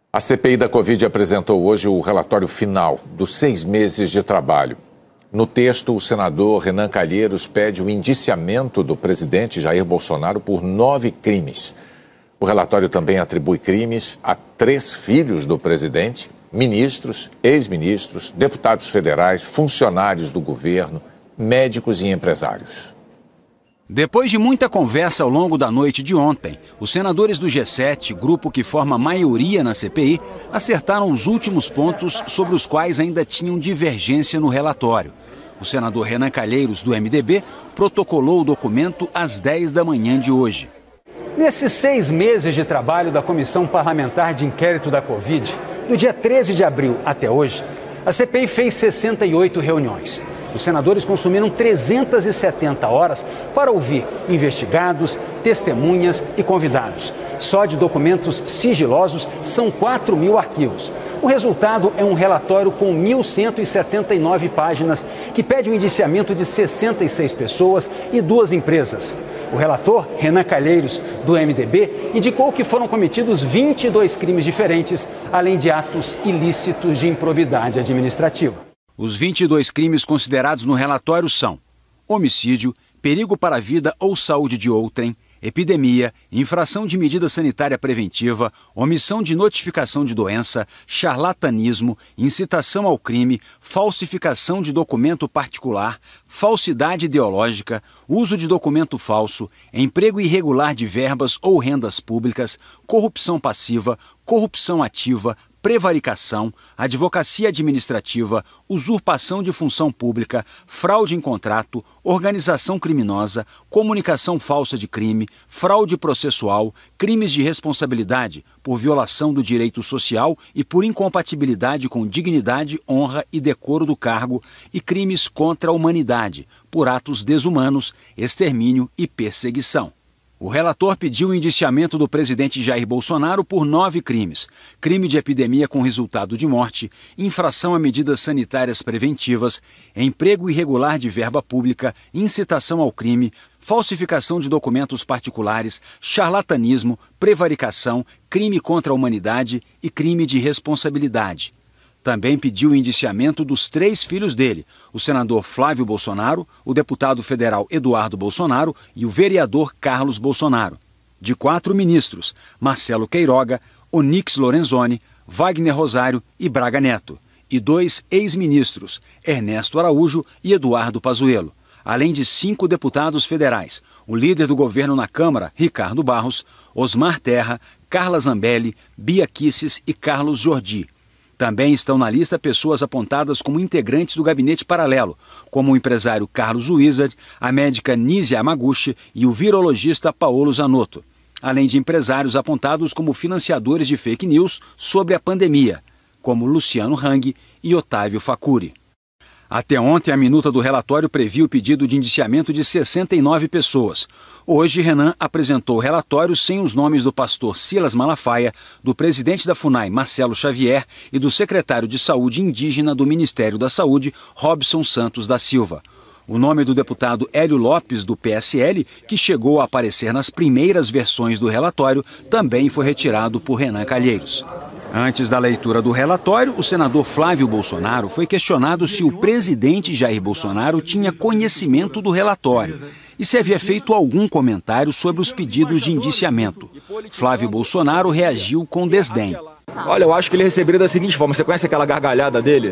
A CPI da Covid apresentou hoje o relatório final dos 6 meses de trabalho. No texto, o senador Renan Calheiros pede o indiciamento do presidente Jair Bolsonaro por 9 crimes. O relatório também atribui crimes a 3 filhos do presidente, ministros, ex-ministros, deputados federais, funcionários do governo, médicos e empresários. Depois de muita conversa ao longo da noite de ontem, os senadores do G7, grupo que forma a maioria na CPI, acertaram os últimos pontos sobre os quais ainda tinham divergência no relatório. O senador Renan Calheiros, do MDB, protocolou o documento às 10 da manhã de hoje. Nesses 6 meses de trabalho da Comissão Parlamentar de Inquérito da Covid, do dia 13 de abril até hoje, a CPI fez 68 reuniões. Os senadores consumiram 370 horas para ouvir investigados, testemunhas e convidados. Só de documentos sigilosos são 4.000 arquivos. O resultado é um relatório com 1.179 páginas que pede o indiciamento de 66 pessoas e 2 empresas. O relator, Renan Calheiros, do MDB, indicou que foram cometidos 22 crimes diferentes, além de atos ilícitos de improbidade administrativa. Os 22 crimes considerados no relatório são homicídio, perigo para a vida ou saúde de outrem, epidemia, infração de medida sanitária preventiva, omissão de notificação de doença, charlatanismo, incitação ao crime, falsificação de documento particular, falsidade ideológica, uso de documento falso, emprego irregular de verbas ou rendas públicas, corrupção passiva, corrupção ativa, prevaricação, advocacia administrativa, usurpação de função pública, fraude em contrato, organização criminosa, comunicação falsa de crime, fraude processual, crimes de responsabilidade por violação do direito social e por incompatibilidade com dignidade, honra e decoro do cargo e crimes contra a humanidade, por atos desumanos, extermínio e perseguição. O relator pediu o indiciamento do presidente Jair Bolsonaro por 9 crimes: crime de epidemia com resultado de morte, infração a medidas sanitárias preventivas, emprego irregular de verba pública, incitação ao crime, falsificação de documentos particulares, charlatanismo, prevaricação, crime contra a humanidade e crime de responsabilidade. Também pediu o indiciamento dos 3 filhos dele, o senador Flávio Bolsonaro, o deputado federal Eduardo Bolsonaro e o vereador Carlos Bolsonaro. De 4 ministros, Marcelo Queiroga, Onyx Lorenzoni, Wagner Rosário e Braga Neto. E 2 ex-ministros, Ernesto Araújo e Eduardo Pazuello. Além de 5 deputados federais, o líder do governo na Câmara, Ricardo Barros, Osmar Terra, Carla Zambelli, Bia Kicis e Carlos Jordi. Também estão na lista pessoas apontadas como integrantes do gabinete paralelo, como o empresário Carlos Wizard, a médica Nízia Yamaguchi e o virologista Paolo Zanotto, além de empresários apontados como financiadores de fake news sobre a pandemia, como Luciano Hang e Otávio Facuri. Até ontem, a minuta do relatório previa o pedido de indiciamento de 69 pessoas. Hoje, Renan apresentou o relatório sem os nomes do pastor Silas Malafaia, do presidente da FUNAI, Marcelo Xavier, e do secretário de Saúde Indígena do Ministério da Saúde, Robson Santos da Silva. O nome do deputado Hélio Lopes, do PSL, que chegou a aparecer nas primeiras versões do relatório, também foi retirado por Renan Calheiros. Antes da leitura do relatório, o senador Flávio Bolsonaro foi questionado se o presidente Jair Bolsonaro tinha conhecimento do relatório e se havia feito algum comentário sobre os pedidos de indiciamento. Flávio Bolsonaro reagiu com desdém. Olha, eu acho que ele receberia da seguinte forma: você conhece aquela gargalhada dele?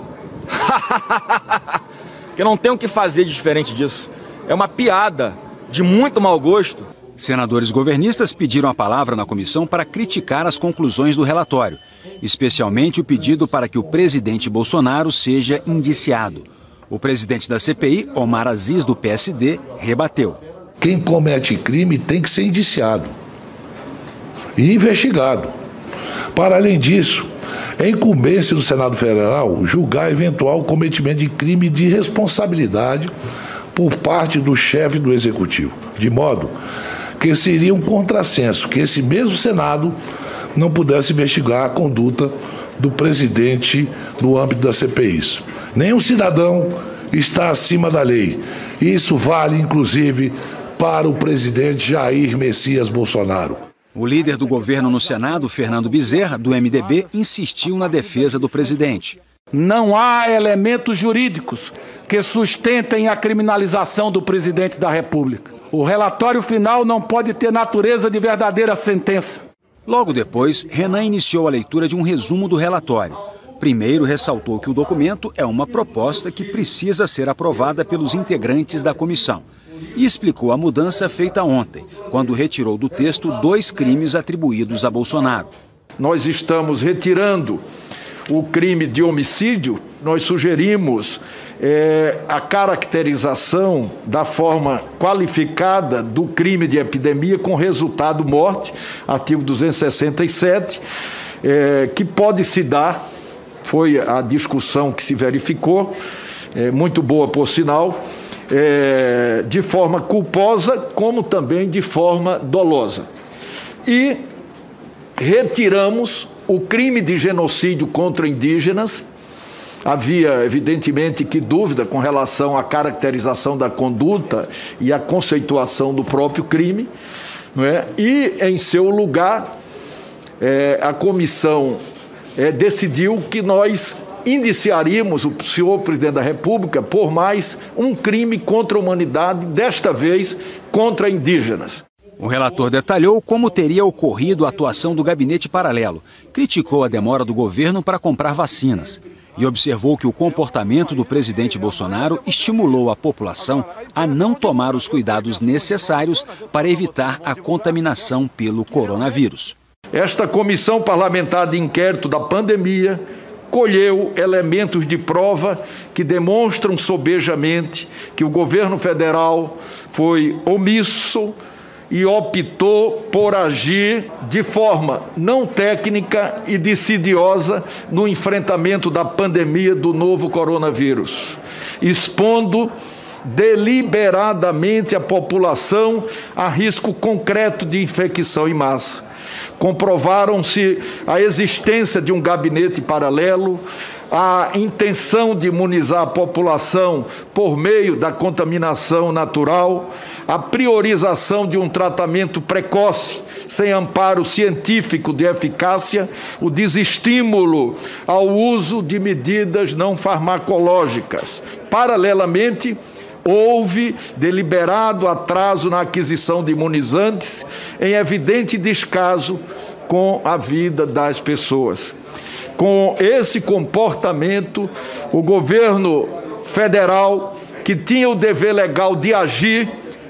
Que não tem o que fazer de diferente disso. É uma piada de muito mau gosto. Senadores governistas pediram a palavra na comissão para criticar as conclusões do relatório, especialmente o pedido para que o presidente Bolsonaro seja indiciado. O presidente da CPI, Omar Aziz, do PSD, rebateu. Quem comete crime tem que ser indiciado e investigado. Para além disso, é incumbência do Senado Federal julgar eventual cometimento de crime de responsabilidade por parte do chefe do Executivo, de modo que seria um contrassenso que esse mesmo Senado não pudesse investigar a conduta do presidente no âmbito das CPIs. Nenhum cidadão está acima da lei. Isso vale, inclusive, para o presidente Jair Messias Bolsonaro. O líder do governo no Senado, Fernando Bezerra, do MDB, insistiu na defesa do presidente. Não há elementos jurídicos que sustentem a criminalização do presidente da República. O relatório final não pode ter natureza de verdadeira sentença. Logo depois, Renan iniciou a leitura de um resumo do relatório. Primeiro, ressaltou que o documento é uma proposta que precisa ser aprovada pelos integrantes da comissão. E explicou a mudança feita ontem, quando retirou do texto 2 crimes atribuídos a Bolsonaro. Nós estamos retirando o crime de homicídio. Nós sugerimos a caracterização da forma qualificada do crime de epidemia com resultado morte, artigo 267, que pode se dar, foi a discussão que se verificou, muito boa por sinal, de forma culposa, como também de forma dolosa. E retiramos o crime de genocídio contra indígenas. Havia, evidentemente, que dúvida com relação à caracterização da conduta e à conceituação do próprio crime, não é? E, em seu lugar, a comissão decidiu que nós indiciaríamos o senhor presidente da República por mais um crime contra a humanidade, desta vez contra indígenas. O relator detalhou como teria ocorrido a atuação do gabinete paralelo, criticou a demora do governo para comprar vacinas e observou que o comportamento do presidente Bolsonaro estimulou a população a não tomar os cuidados necessários para evitar a contaminação pelo coronavírus. Esta comissão parlamentar de inquérito da pandemia colheu elementos de prova que demonstram sobejamente que o governo federal foi omisso e optou por agir de forma não técnica e decidiosa no enfrentamento da pandemia do novo coronavírus, expondo deliberadamente a população a risco concreto de infecção em massa. Comprovaram-se a existência de um gabinete paralelo, a intenção de imunizar a população por meio da contaminação natural, a priorização de um tratamento precoce, sem amparo científico de eficácia, o desestímulo ao uso de medidas não farmacológicas. Paralelamente, houve deliberado atraso na aquisição de imunizantes, em evidente descaso com a vida das pessoas. Com esse comportamento, o governo federal, que tinha o dever legal de agir,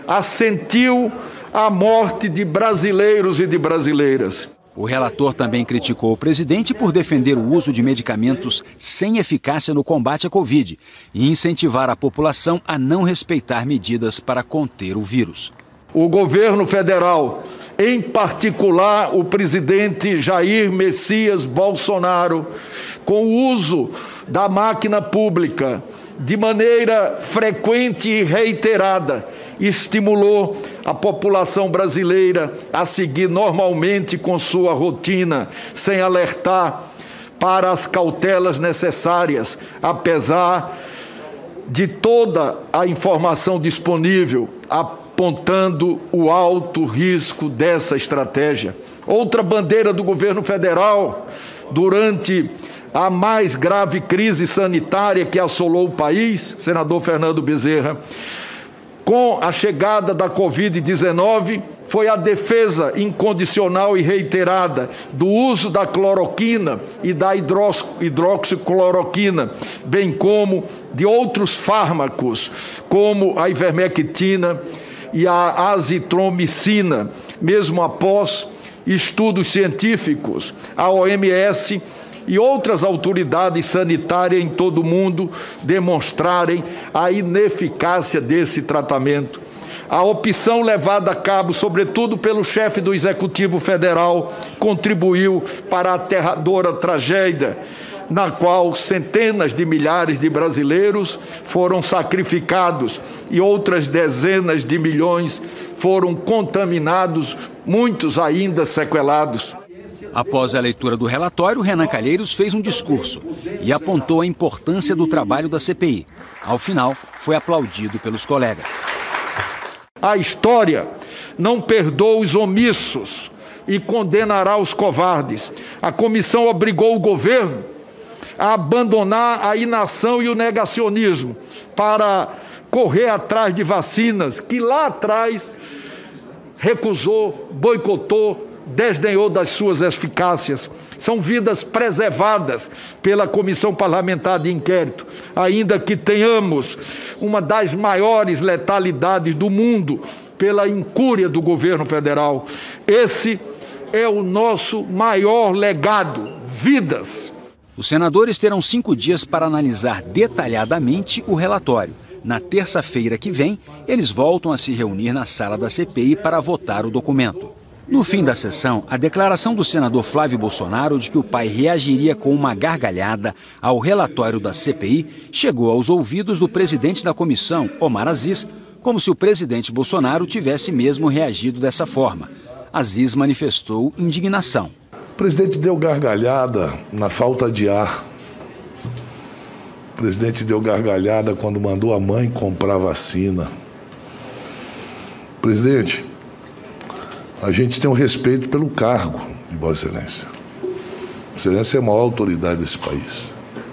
assentiu a morte de brasileiros e de brasileiras. O relator também criticou o presidente por defender o uso de medicamentos sem eficácia no combate à Covid e incentivar a população a não respeitar medidas para conter o vírus. O governo federal, em particular o presidente Jair Messias Bolsonaro, com o uso da máquina pública de maneira frequente e reiterada, estimulou a população brasileira a seguir normalmente com sua rotina, sem alertar para as cautelas necessárias, apesar de toda a informação disponível apontando o alto risco dessa estratégia. Outra bandeira do governo federal, durante a mais grave crise sanitária que assolou o país, senador Fernando Bezerra, com a chegada da Covid-19, foi a defesa incondicional e reiterada do uso da cloroquina e da hidroxicloroquina, bem como de outros fármacos, como a ivermectina e a azitromicina, mesmo após estudos científicos, a OMS e outras autoridades sanitárias em todo o mundo demonstrarem a ineficácia desse tratamento. A opção levada a cabo, sobretudo pelo chefe do Executivo Federal, contribuiu para a aterradora tragédia na qual centenas de milhares de brasileiros foram sacrificados e outras dezenas de milhões foram contaminados, muitos ainda sequelados. Após a leitura do relatório, Renan Calheiros fez um discurso e apontou a importância do trabalho da CPI. Ao final, foi aplaudido pelos colegas. A história não perdoa os omissos, e condenará os covardes. A comissão obrigou o governo a abandonar a inação e o negacionismo para correr atrás de vacinas que lá atrás recusou, boicotou, desdenhou das suas eficácias. São vidas preservadas pela Comissão Parlamentar de Inquérito, ainda que tenhamos uma das maiores letalidades do mundo pela incúria do governo federal. Esse é o nosso maior legado, vidas. Os senadores terão 5 dias para analisar detalhadamente o relatório. Na terça-feira que vem, eles voltam a se reunir na sala da CPI para votar o documento. No fim da sessão, a declaração do senador Flávio Bolsonaro de que o pai reagiria com uma gargalhada ao relatório da CPI chegou aos ouvidos do presidente da comissão, Omar Aziz, como se o presidente Bolsonaro tivesse mesmo reagido dessa forma. Aziz manifestou indignação. O presidente deu gargalhada na falta de ar. O presidente deu gargalhada quando mandou a mãe comprar vacina. Presidente, a gente tem um respeito pelo cargo de Vossa Excelência. Vossa Excelência é a maior autoridade desse país.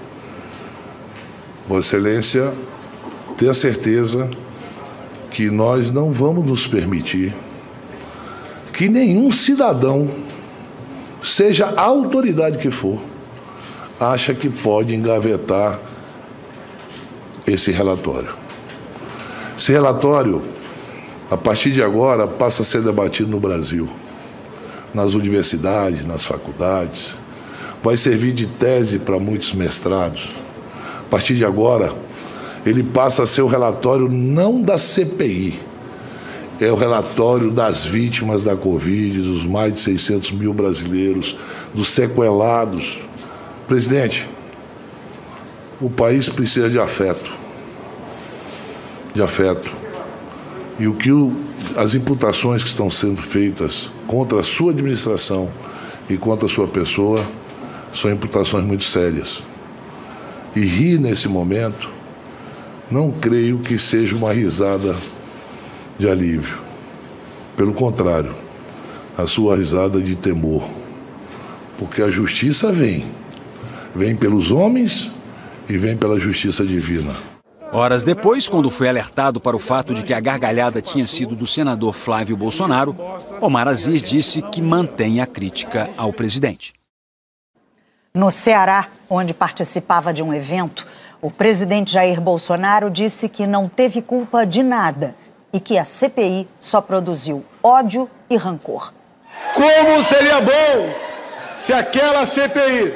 Vossa Excelência tenha certeza que nós não vamos nos permitir que nenhum cidadão, seja a autoridade que for, acha que pode engavetar esse relatório. Esse relatório, a partir de agora, passa a ser debatido no Brasil, nas universidades, nas faculdades, vai servir de tese para muitos mestrados. A partir de agora, ele passa a ser o relatório não da CPI, é o relatório das vítimas da Covid, dos mais de 600 mil brasileiros, dos sequelados. Presidente, o país precisa de afeto. De afeto. E as imputações que estão sendo feitas contra a sua administração e contra a sua pessoa são imputações muito sérias. E rir nesse momento, não creio que seja uma risada de alívio. Pelo contrário, a sua risada de temor. Porque a justiça vem pelos homens e vem pela justiça divina. Horas depois, quando foi alertado para o fato de que a gargalhada tinha sido do senador Flávio Bolsonaro, Omar Aziz disse que mantém a crítica ao presidente. No Ceará, onde participava de um evento, o presidente Jair Bolsonaro disse que não teve culpa de nada e que a CPI só produziu ódio e rancor. Como seria bom se aquela CPI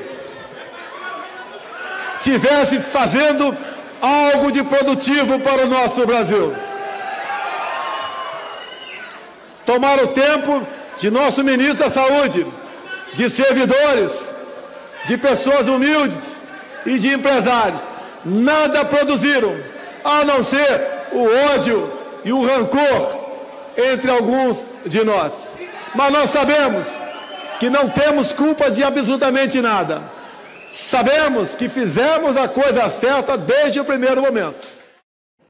tivesse fazendo algo de produtivo para o nosso Brasil. Tomar o tempo de nosso ministro da Saúde, de servidores, de pessoas humildes e de empresários. Nada produziram, a não ser o ódio e o rancor entre alguns de nós. Mas nós sabemos que não temos culpa de absolutamente nada. Sabemos que fizemos a coisa certa desde o primeiro momento.